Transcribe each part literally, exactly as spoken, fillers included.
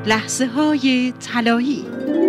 لحظه های طلایی.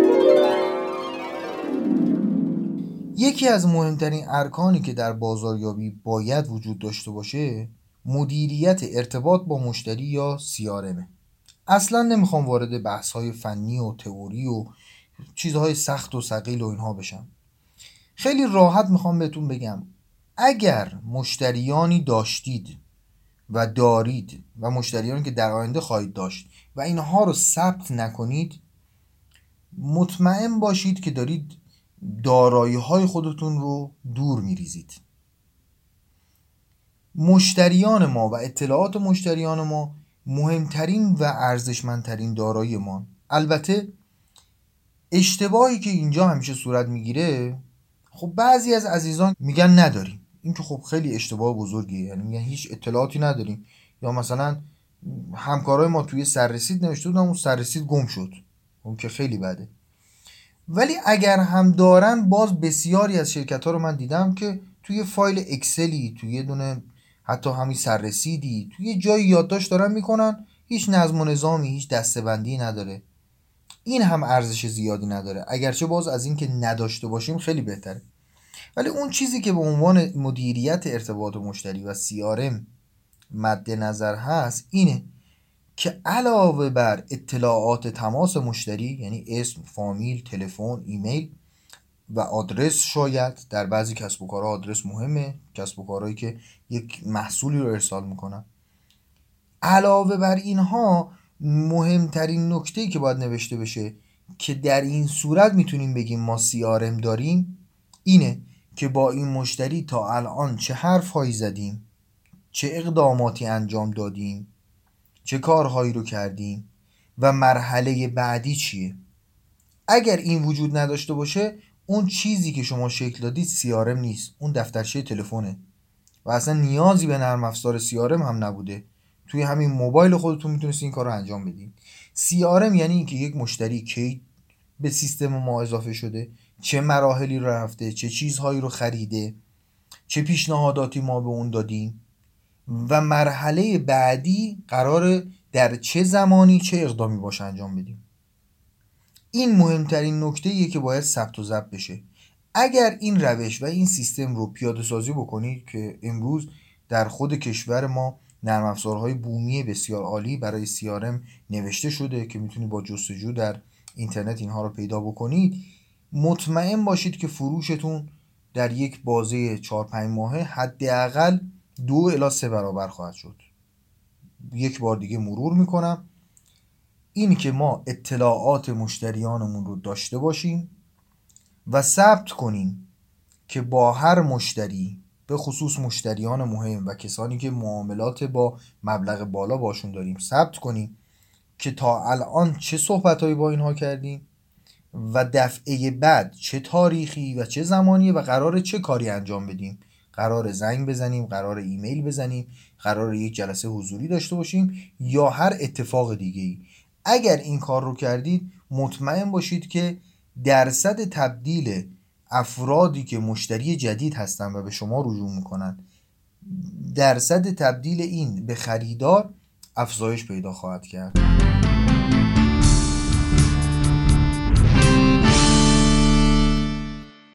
یکی از مهمترین ارکانی که در بازاریابی باید وجود داشته باشه مدیریت ارتباط با مشتری یا سی آر ام. اصلا نمیخوام وارد بحث‌های فنی و تئوری و چیزهای سخت و ثقیل و اینها بشم. خیلی راحت میخوام بهتون بگم اگر مشتریانی داشتید و دارید و مشتریانی که در آینده خواهید داشت و اینها رو ثبت نکنید، مطمئن باشید که دارید دارایی های خودتون رو دور میریزید. مشتریان ما و اطلاعات مشتریان ما مهمترین و ارزشمندترین دارایی ما. البته اشتباهی که اینجا همیشه صورت میگیره، خب بعضی از عزیزان میگن نداریم. این که خب خیلی اشتباه بزرگیه، یعنی میگن هیچ اطلاعاتی نداریم، یا مثلا همکارای ما توی سررسید نوشته بودن اون سررسید گم شد، اون که خیلی بده. ولی اگر هم دارن، باز بسیاری از شرکت ها رو من دیدم که توی فایل اکسلی، توی یه دونه حتی همین سررسیدی، توی جای یادداشت دارن میکنن، هیچ نظم و نظامی، هیچ دسته‌بندی نداره. این هم ارزش زیادی نداره، اگرچه باز از این که نداشته باشیم خیلی بهتره. ولی اون چیزی که به عنوان مدیریت ارتباط مشتری و سی آر ام مد نظر هست اینه که علاوه بر اطلاعات تماس مشتری، یعنی اسم، فامیل، تلفن، ایمیل و آدرس، شاید در بعضی کسب و کارها آدرس مهمه، کسب و کارهایی که یک محصولی رو ارسال میکنن، علاوه بر اینها مهمترین نکته‌ای که باید نوشته بشه که در این صورت میتونیم بگیم ما سی آر ام داریم اینه که با این مشتری تا الان چه حرف‌هایی زدیم، چه اقداماتی انجام دادیم، چه کارهایی رو کردیم و مرحله بعدی چیه. اگر این وجود نداشته باشه، اون چیزی که شما شکل دادید سی آر ام نیست، اون دفترچه تلفنه و اصلا نیازی به نرم افزار سی آر ام هم نبوده. توی همین موبایل خودتون میتونید این کار رو انجام بدین. سی آر ام یعنی اینکه یک مشتری کی به سیستم ما اضافه شده، چه مراحلی رو رفته، چه چیزهایی رو خریده، چه پیشنهاداتی ما به اون دادیم و مرحله بعدی قراره در چه زمانی چه اقدامی باشه انجام بدیم. این مهمترین نکته‌ایه که باید ثبت و ضبط بشه. اگر این روش و این سیستم رو پیاده سازی بکنید که امروز در خود کشور ما نرم افزارهای بومی بسیار عالی برای سی آر ام نوشته شده که میتونید با جستجو در اینترنت اینها رو پیدا بکنید، مطمئن باشید که فروشتون در یک بازه چهار پنج ماهه حداقل دو الی سه برابر خواهد شد. یک بار دیگه مرور میکنم، این که ما اطلاعات مشتریانمون رو داشته باشیم و ثبت کنیم که با هر مشتری، به خصوص مشتریان مهم و کسانی که معاملات با مبلغ بالا باشون داریم، ثبت کنیم که تا الان چه صحبتایی با اینها کردیم و دفعه بعد چه تاریخی و چه زمانی و قراره چه کاری انجام بدیم. قراره زنگ بزنیم، قراره ایمیل بزنیم، قراره یک جلسه حضوری داشته باشیم یا هر اتفاق دیگه ای. اگر این کار رو کردید، مطمئن باشید که درصد تبدیل افرادی که مشتری جدید هستن و به شما رجوع میکنن، درصد تبدیل این به خریدار افزایش پیدا خواهد کرد.